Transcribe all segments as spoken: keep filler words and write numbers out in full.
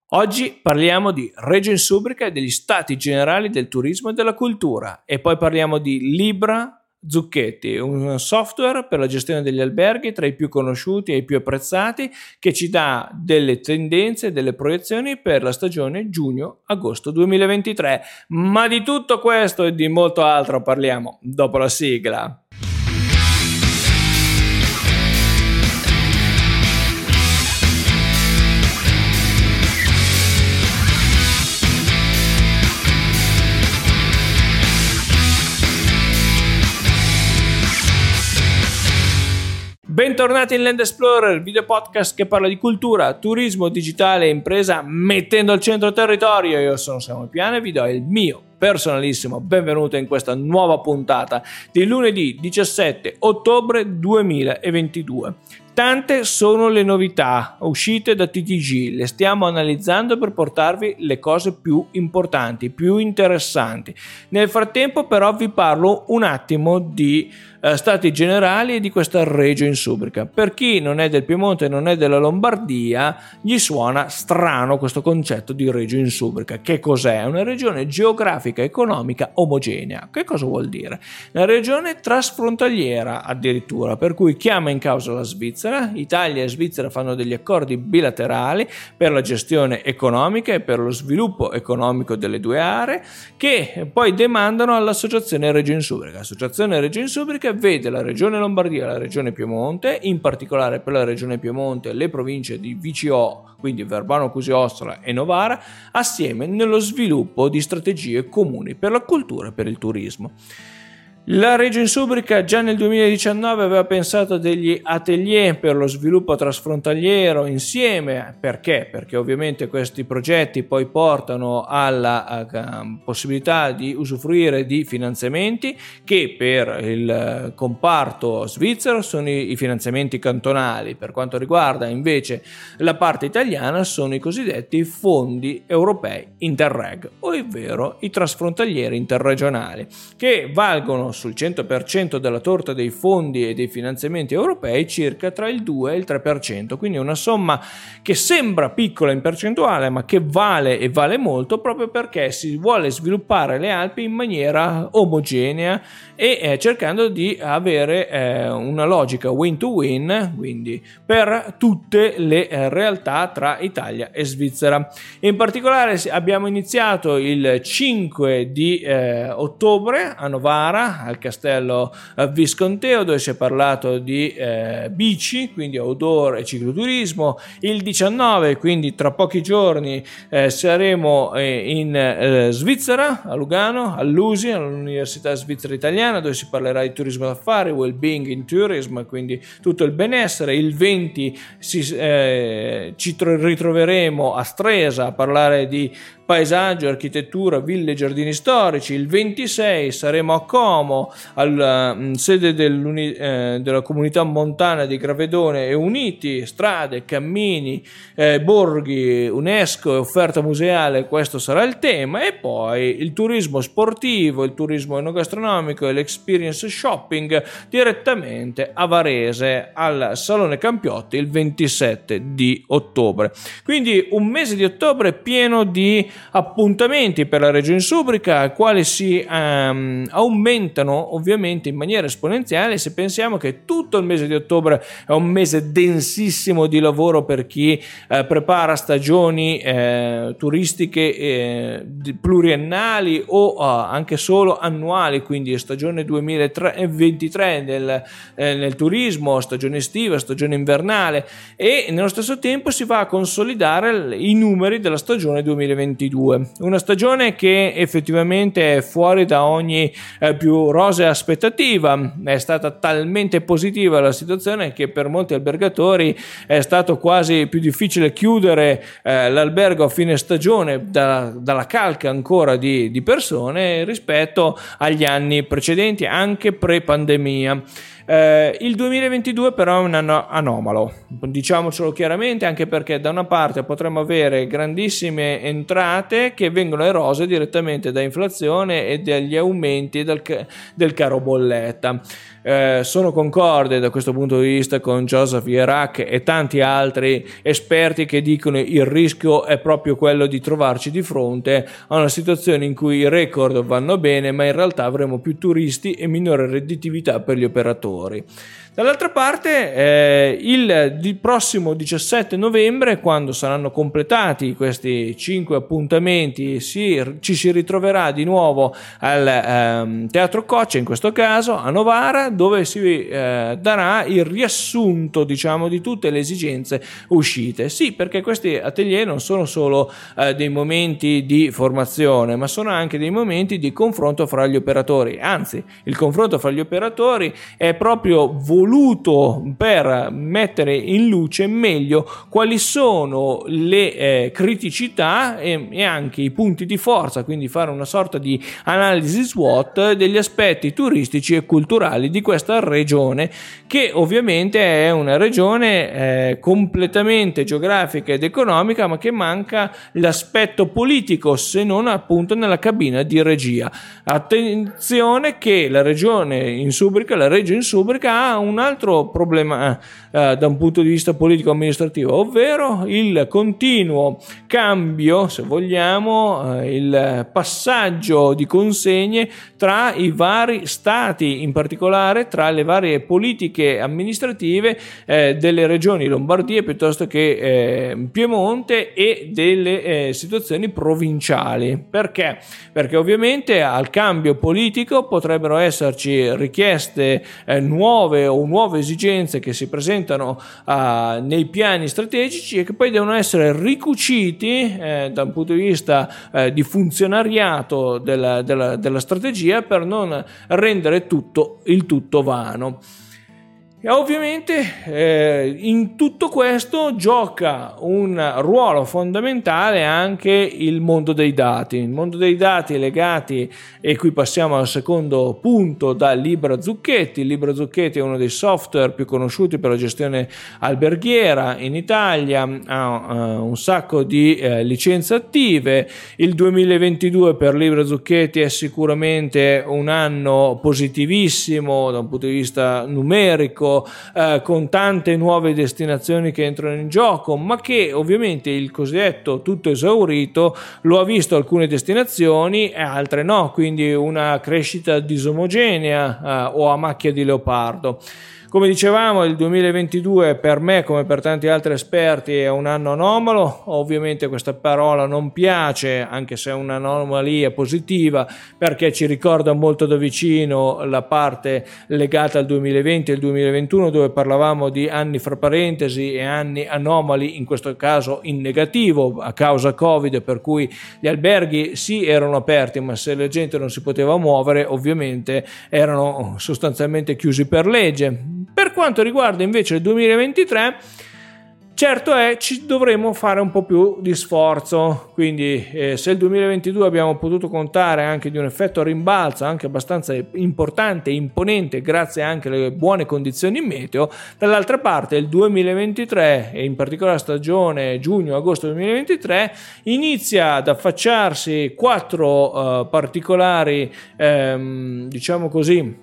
Oggi parliamo di Reggio Insubrica e degli stati generali del turismo e della cultura, e poi parliamo di Libra Zucchetti, un software per la gestione degli alberghi tra i più conosciuti e i più apprezzati, che ci dà delle tendenze e delle proiezioni per la stagione giugno-agosto duemilaventitré. Ma di tutto questo e di molto altro parliamo dopo la sigla. Bentornati in Land Explorer, il video podcast che parla di cultura, turismo, digitale e impresa mettendo al centro territorio. Io sono Samuel Piana e vi do il mio personalissimo benvenuto in questa nuova puntata di lunedì diciassette ottobre duemilaventidue. Tante sono le novità uscite da T T G, le stiamo analizzando per portarvi le cose più importanti, più interessanti. Nel frattempo però vi parlo un attimo di eh, stati generali e di questa Reggio Insubrica. Per chi non è del Piemonte e non è della Lombardia, gli suona strano questo concetto di Reggio Insubrica. Che cos'è? Una regione geografica economica omogenea. Che cosa vuol dire? Una regione trasfrontaliera addirittura, per cui chiama in causa la Svizzera. Italia e Svizzera fanno degli accordi bilaterali per la gestione economica e per lo sviluppo economico delle due aree, che poi demandano all'associazione Reggio Insubrica. L'associazione Reggio Insubrica vede la regione Lombardia e la regione Piemonte, in particolare per la regione Piemonte le province di V C O, quindi Verbano Cusio-Ossola e Novara, assieme nello sviluppo di strategie comuni per la cultura e per il turismo. La Reggio Insubrica già nel duemiladiciannove aveva pensato a degli atelier per lo sviluppo trasfrontaliero insieme. Perché? Perché ovviamente questi progetti poi portano alla uh, possibilità di usufruire di finanziamenti che per il comparto svizzero sono i, i finanziamenti cantonali. Per quanto riguarda invece la parte italiana sono i cosiddetti fondi europei Interreg, ovvero i trasfrontalieri interregionali, che valgono sul cento per cento della torta dei fondi e dei finanziamenti europei circa tra il due e il tre per cento, quindi una somma che sembra piccola in percentuale ma che vale e vale molto, proprio perché si vuole sviluppare le Alpi in maniera omogenea e eh, cercando di avere eh, una logica win to win, quindi per tutte le eh, realtà tra Italia e Svizzera. In particolare abbiamo iniziato il cinque di eh, ottobre a Novara, al castello Visconteo, dove si è parlato di eh, bici, quindi outdoor e cicloturismo. Il diciannove, quindi tra pochi giorni, eh, saremo eh, in eh, Svizzera, a Lugano, all'U S I, all'Università Svizzera Italiana, dove si parlerà di turismo d'affari, well-being in tourism, quindi tutto il benessere. Il venti si, eh, ci ritroveremo a Stresa a parlare di paesaggio, architettura, ville e giardini storici. Il ventisei saremo a Como, alla uh, sede eh, della comunità montana di Gravedone e Uniti, strade, cammini, eh, borghi, UNESCO e offerta museale, questo sarà il tema. E poi il turismo sportivo, il turismo enogastronomico e l'experience shopping direttamente a Varese al Salone Campiotti il ventisette di ottobre. Quindi un mese di ottobre pieno di appuntamenti per la Reggio Insubrica, ai quali si um, aumentano ovviamente in maniera esponenziale se pensiamo che tutto il mese di ottobre è un mese densissimo di lavoro per chi eh, prepara stagioni eh, turistiche eh, pluriennali o uh, anche solo annuali, quindi stagione duemilaventitré nel, eh, nel turismo, stagione estiva, stagione invernale, e nello stesso tempo si va a consolidare i numeri della stagione duemilaventidue. Una stagione che effettivamente è fuori da ogni eh, più rosea aspettativa. È stata talmente positiva la situazione che per molti albergatori è stato quasi più difficile chiudere eh, l'albergo a fine stagione da, dalla calca ancora di, di persone rispetto agli anni precedenti, anche pre-pandemia. Eh, il duemilaventidue però è un anno anomalo, diciamocelo chiaramente, anche perché da una parte potremmo avere grandissime entrate che vengono erose direttamente da inflazione e dagli aumenti del, del caro bolletta. Eh, sono concorde da questo punto di vista con Joseph Yerak e tanti altri esperti che dicono il rischio è proprio quello di trovarci di fronte a una situazione in cui i record vanno bene, ma in realtà avremo più turisti e minore redditività per gli operatori. Dall'altra parte eh, il, il prossimo diciassette novembre, quando saranno completati questi cinque appuntamenti, si, ci si ritroverà di nuovo al ehm, Teatro Coccia, in questo caso a Novara, dove si eh, darà il riassunto, diciamo, di tutte le esigenze uscite. Sì, perché questi atelier non sono solo eh, dei momenti di formazione, ma sono anche dei momenti di confronto fra gli operatori. Anzi, il confronto fra gli operatori è proprio voluto per mettere in luce meglio quali sono le eh, criticità e, e anche i punti di forza, quindi fare una sorta di analisi SWOT degli aspetti turistici e culturali di questa regione, che ovviamente è una regione eh, completamente geografica ed economica, ma che manca l'aspetto politico, se non appunto nella cabina di regia. Attenzione che la regione Insubrica, la Reggio Insubrica, ha un altro problema eh, da un punto di vista politico-amministrativo, ovvero il continuo cambio, se vogliamo, eh, il passaggio di consegne tra i vari stati, in particolare tra le varie politiche amministrative eh, delle regioni Lombardia piuttosto che eh, Piemonte e delle eh, situazioni provinciali. Perché? Perché ovviamente al cambio politico potrebbero esserci richieste eh, nuove o nuove esigenze che si presentano uh, nei piani strategici e che poi devono essere ricuciti eh, da un punto di vista eh, di funzionariato della, della, della strategia, per non rendere tutto il tutto vano. E ovviamente eh, in tutto questo gioca un ruolo fondamentale anche il mondo dei dati, il mondo dei dati legati, e qui passiamo al secondo punto, da Libra Zucchetti. Libra Zucchetti è uno dei software più conosciuti per la gestione alberghiera in Italia, ha uh, un sacco di uh, licenze attive. Il duemilaventidue per Libra Zucchetti è sicuramente un anno positivissimo da un punto di vista numerico, Eh, con tante nuove destinazioni che entrano in gioco, ma che ovviamente il cosiddetto tutto esaurito lo ha visto alcune destinazioni e altre no, quindi una crescita disomogenea eh, o a macchia di leopardo. Come dicevamo, il duemilaventidue per me, come per tanti altri esperti, è un anno anomalo. Ovviamente questa parola non piace, anche se è un'anomalia positiva, perché ci ricorda molto da vicino la parte legata al duemilaventi e al duemilaventuno, dove parlavamo di anni fra parentesi e anni anomali, in questo caso in negativo a causa Covid, per cui gli alberghi sì erano aperti, ma se la gente non si poteva muovere ovviamente erano sostanzialmente chiusi per legge. Per quanto riguarda invece il duemilaventitré, certo è, ci dovremo fare un po' più di sforzo, quindi eh, se il duemilaventidue abbiamo potuto contare anche di un effetto rimbalzo anche abbastanza importante e imponente grazie anche alle buone condizioni meteo, dall'altra parte il duemilaventitré e in particolare la stagione giugno-agosto duemilaventitré inizia ad affacciarsi quattro uh, particolari ehm, diciamo così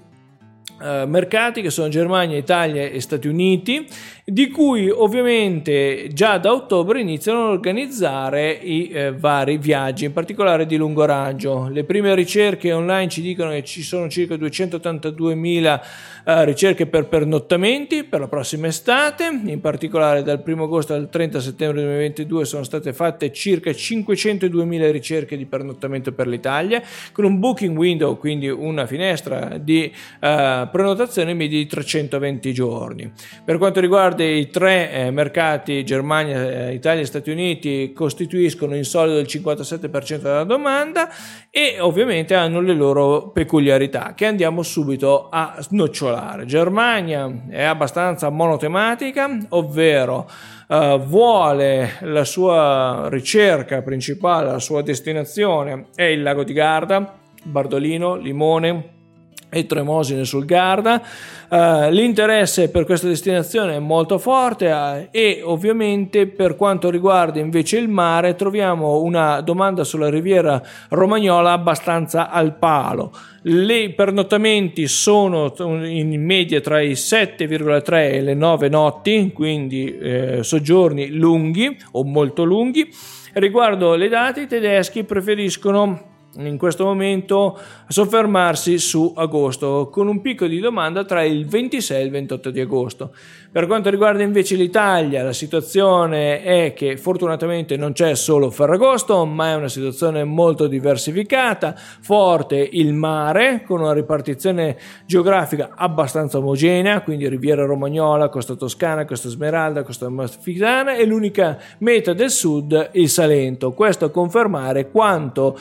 Uh, mercati, che sono Germania, Italia e Stati Uniti, di cui ovviamente già da ottobre iniziano a organizzare i eh, vari viaggi, in particolare di lungo raggio. Le prime ricerche online ci dicono che ci sono circa duecentottantaduemila uh, ricerche per pernottamenti per la prossima estate, in particolare dal primo agosto al trenta settembre duemilaventidue sono state fatte circa cinquecentoduemila ricerche di pernottamento per l'Italia, con un booking window, quindi una finestra di uh, prenotazione media di trecentoventi giorni. Per quanto riguarda i tre eh, mercati, Germania, eh, Italia e Stati Uniti, costituiscono in solido il cinquantasette per cento della domanda e ovviamente hanno le loro peculiarità che andiamo subito a snocciolare. Germania è abbastanza monotematica, ovvero Uh, vuole la sua ricerca principale, la sua destinazione è il lago di Garda, Bardolino, Limone, e Tremosine sul Garda. Uh, l'interesse per questa destinazione è molto forte uh, e ovviamente per quanto riguarda invece il mare troviamo una domanda sulla riviera romagnola abbastanza al palo. I pernottamenti sono in media tra i sette virgola tre e le nove notti, quindi eh, soggiorni lunghi o molto lunghi. Riguardo le date, i tedeschi preferiscono in questo momento soffermarsi su agosto, con un picco di domanda tra il ventisei e il ventotto di agosto. Per quanto riguarda invece l'Italia, la situazione è che fortunatamente non c'è solo Ferragosto, ma è una situazione molto diversificata, forte il mare, con una ripartizione geografica abbastanza omogenea, quindi Riviera Romagnola, Costa Toscana, Costa Smeralda, Costa Amalfitana, e l'unica meta del sud il Salento. Questo a confermare quanto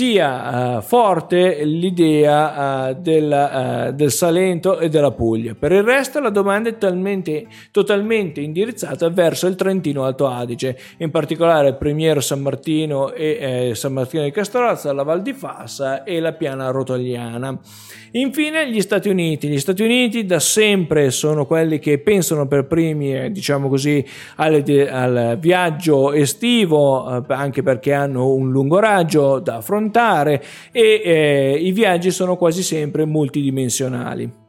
sia uh, forte l'idea uh, del, uh, del Salento e della Puglia. Per il resto la domanda è talmente totalmente indirizzata verso il Trentino Alto Adige, in particolare Primiero San Martino e eh, San Martino di Castrozza, la Val di Fassa e la Piana Rotogliana. Infine gli Stati Uniti. Gli Stati Uniti da sempre sono quelli che pensano per primi, eh, diciamo così, al, al viaggio estivo, eh, anche perché hanno un lungo raggio da affrontare e eh, i viaggi sono quasi sempre multidimensionali.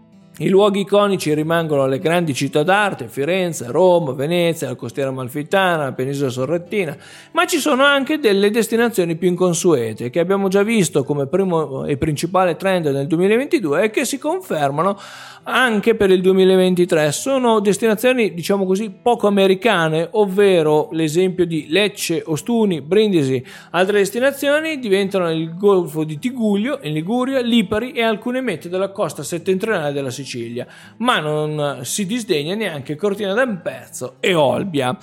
I luoghi iconici rimangono le grandi città d'arte, Firenze, Roma, Venezia, la costiera amalfitana, la penisola sorrentina, ma ci sono anche delle destinazioni più inconsuete che abbiamo già visto come primo e principale trend nel duemilaventidue e che si confermano anche per il duemilaventitré. Sono destinazioni, diciamo così, poco americane, ovvero l'esempio di Lecce, Ostuni, Brindisi. Altre destinazioni diventano il Golfo di Tigullio in Liguria, Lipari e alcune mete della costa settentrionale della Sicilia, ma non si disdegna neanche Cortina d'Ampezzo e Olbia.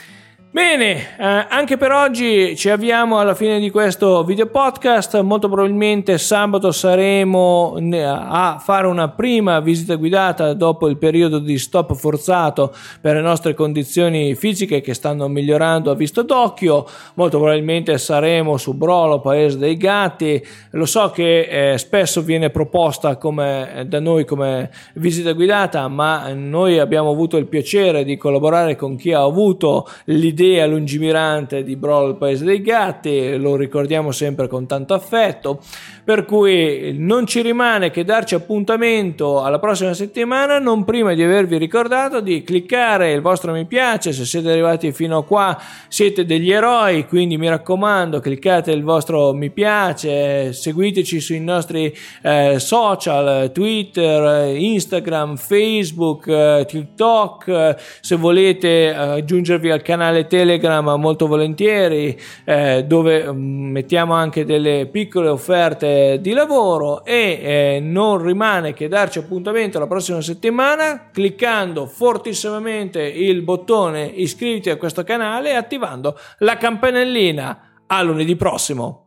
Bene, eh, anche per oggi ci avviamo alla fine di questo video podcast. Molto probabilmente sabato saremo a fare una prima visita guidata dopo il periodo di stop forzato per le nostre condizioni fisiche che stanno migliorando a vista d'occhio. Molto probabilmente saremo su Brolo, Paese dei Gatti. Lo so che eh, spesso viene proposta come, da noi come visita guidata, ma noi abbiamo avuto il piacere di collaborare con chi ha avuto l'idea lungimirante di Brolo, il Paese dei Gatti, lo ricordiamo sempre con tanto affetto, per cui non ci rimane che darci appuntamento alla prossima settimana, non prima di avervi ricordato di cliccare il vostro mi piace. Se siete arrivati fino a qua siete degli eroi, quindi mi raccomando, cliccate il vostro mi piace, seguiteci sui nostri eh, social, Twitter, Instagram, Facebook, eh, TikTok, eh, se volete eh, aggiungervi al canale Telegram molto volentieri, eh, dove um, mettiamo anche delle piccole offerte di lavoro, e eh, non rimane che darci appuntamento la prossima settimana cliccando fortissimamente il bottone iscriviti a questo canale e attivando la campanellina. A lunedì prossimo.